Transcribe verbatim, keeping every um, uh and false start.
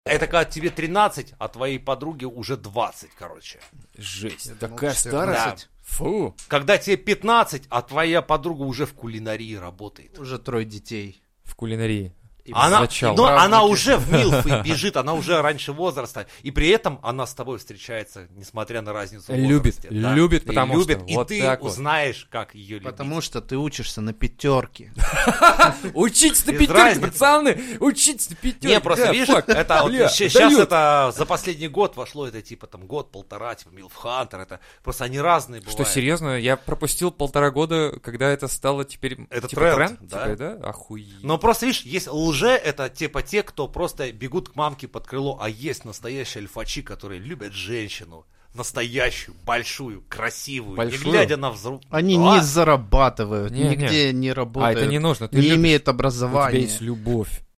Это когда тебе тринадцать, а твоей подруге уже двадцать, короче. Жесть, Я такая думал, старость. Фу. Когда тебе пятнадцать, а твоя подруга уже в кулинарии работает. Уже трое детей. В кулинарии. И Она, Зачал. но она Праздники. уже в милфы бежит, она уже раньше возраста. И при этом она с тобой встречается, несмотря на разницу в Любит, возрасте. Да. любит, И потому любит, что и вот ты так вот. узнаешь, как ее любить. Потому что ты учишься на пятерке. Учитесь на Без пятерке, разницы. пацаны! Учитесь на пятерке! Не, просто да, видишь, фак, это вот бля, сейчас дают. это за последний год вошло, это типа там год-полтора, типа Милф Хантер, это просто они разные бывают. Что, серьезно? Я пропустил полтора года, когда это стало теперь Это типа тренд, тренд? да. Типа, да? Охуеть. Но просто, видишь, есть лже, это типа те, кто просто бегут к мамке под крыло, а есть настоящие альфачи, которые любят женщину. Настоящую, большую, красивую, Большую? не глядя на взрыв. Они Да. не зарабатывают, Не, нигде не работают, А это не нужно. Ты не любишь. имеют У тебя образования. есть любовь.